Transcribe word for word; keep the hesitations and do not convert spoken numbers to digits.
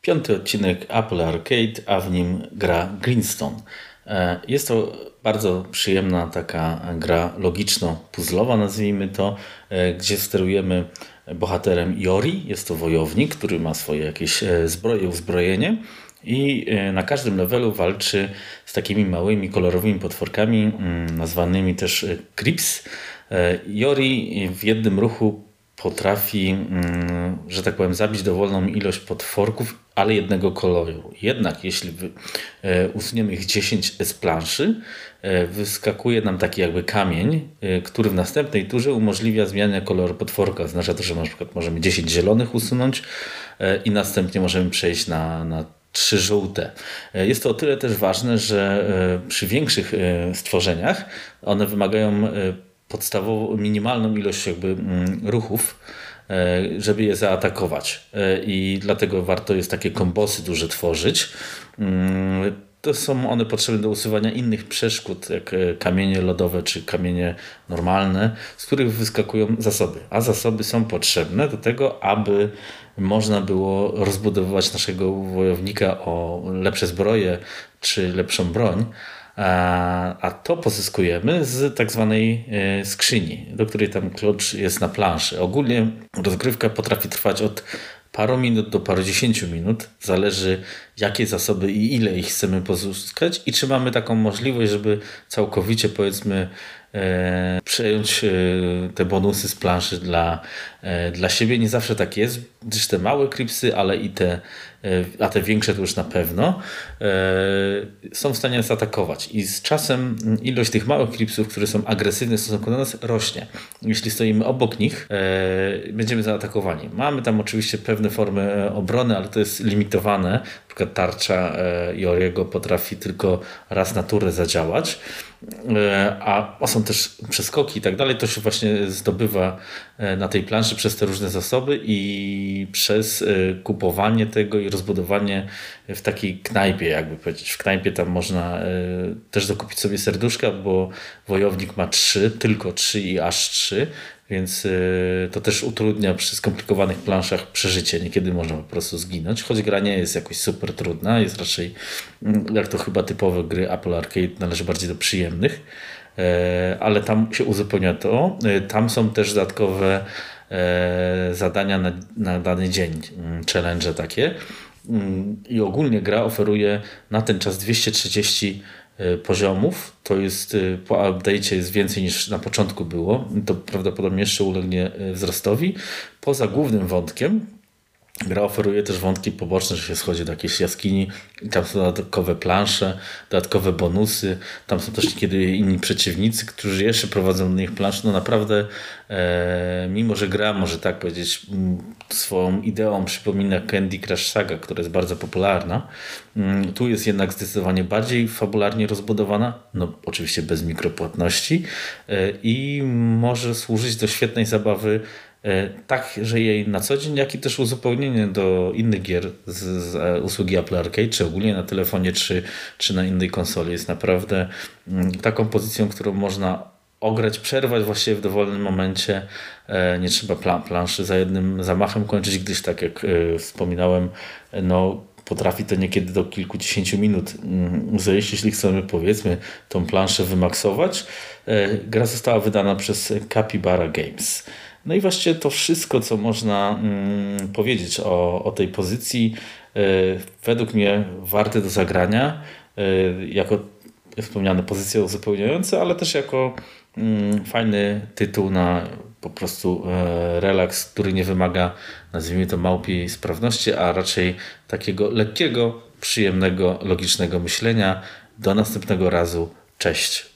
Piąty odcinek Apple Arcade, a w nim gra Greenstone. Jest to bardzo przyjemna taka gra logiczno-puzzlowa, nazwijmy to, gdzie sterujemy bohaterem Yori. Jest to wojownik, który ma swoje jakieś zbroje, uzbrojenie i na każdym levelu walczy z takimi małymi, kolorowymi potworkami, nazwanymi też Creeps. Yori w jednym ruchu potrafi, że tak powiem, zabić dowolną ilość potworków, ale jednego koloru. Jednak jeśli usuniemy ich dziesięć z planszy, wyskakuje nam taki jakby kamień, który w następnej turze umożliwia zmianę koloru potworka. Oznacza to, że na przykład możemy dziesięć zielonych usunąć i następnie możemy przejść na, na trzy żółte. Jest to o tyle też ważne, że przy większych stworzeniach one wymagają podstawową, minimalną ilość jakby ruchów, żeby je zaatakować. I dlatego warto jest takie kombosy duże tworzyć. To są one potrzebne do usuwania innych przeszkód, jak kamienie lodowe czy kamienie normalne, z których wyskakują zasoby. A zasoby są potrzebne do tego, aby można było rozbudowywać naszego wojownika o lepsze zbroje czy lepszą broń. A to pozyskujemy z tak zwanej skrzyni, do której tam klucz jest na planszy. Ogólnie rozgrywka potrafi trwać od paru minut do parudziesięciu minut. Zależy, jakie zasoby i ile ich chcemy pozyskać i czy mamy taką możliwość, żeby całkowicie, powiedzmy, e, przejąć e, te bonusy z planszy dla, e, dla siebie. Nie zawsze tak jest, gdyż te małe creepsy, ale i te, e, a te większe to już na pewno, e, są w stanie nas atakować. I z czasem ilość tych małych creepsów, które są agresywne w stosunku do nas, rośnie. Jeśli stoimy obok nich, e, będziemy zaatakowani. Mamy tam oczywiście pewne formy obrony, ale to jest limitowane. Na przykład tarcza Yoriego potrafi tylko raz na turę zadziałać, a są też przeskoki i tak dalej. To się właśnie zdobywa na tej planszy przez te różne zasoby i przez kupowanie tego i rozbudowanie w takiej knajpie, jakby powiedzieć. W knajpie tam można też dokupić sobie serduszka, bo wojownik ma trzy, tylko trzy i aż trzy. Więc to też utrudnia przy skomplikowanych planszach przeżycie. Niekiedy można po prostu zginąć, choć gra nie jest jakoś super trudna. Jest raczej, jak to chyba typowe gry Apple Arcade, należy bardziej do przyjemnych. Ale tam się uzupełnia to. Tam są też dodatkowe zadania na, na dany dzień, challenge takie. I ogólnie gra oferuje na ten czas dwieście trzydzieści poziomów. To jest po update'cie jest więcej niż na początku było. To prawdopodobnie jeszcze ulegnie wzrostowi. Poza głównym wątkiem gra oferuje też wątki poboczne, że się schodzi do jakiejś jaskini i tam są dodatkowe plansze, dodatkowe bonusy. Tam są też niekiedy inni przeciwnicy, którzy jeszcze prowadzą do nich plansz. No naprawdę, e, mimo że gra, może tak powiedzieć, m, swoją ideą przypomina Candy Crush Saga, która jest bardzo popularna. M, tu jest jednak zdecydowanie bardziej fabularnie rozbudowana, no oczywiście bez mikropłatności e, i może służyć do świetnej zabawy tak, że jej na co dzień, jak i też uzupełnienie do innych gier z, z usługi Apple Arcade, czy ogólnie na telefonie, czy, czy na innej konsoli. Jest naprawdę taką pozycją, którą można ograć, przerwać właściwie w dowolnym momencie. Nie trzeba plan, planszy za jednym zamachem kończyć, gdyż tak jak wspominałem, no potrafi to niekiedy do kilkudziesięciu minut zejść, jeśli chcemy, powiedzmy, tą planszę wymaksować. Gra została wydana przez Capybara Games. No i właściwie to wszystko, co można mm, powiedzieć o, o tej pozycji, yy, według mnie warte do zagrania, yy, jako wspomniane pozycje uzupełniające, ale też jako yy, fajny tytuł na po prostu yy, relaks, który nie wymaga, nazwijmy to, małpiej sprawności, a raczej takiego lekkiego, przyjemnego, logicznego myślenia. Do następnego razu. Cześć.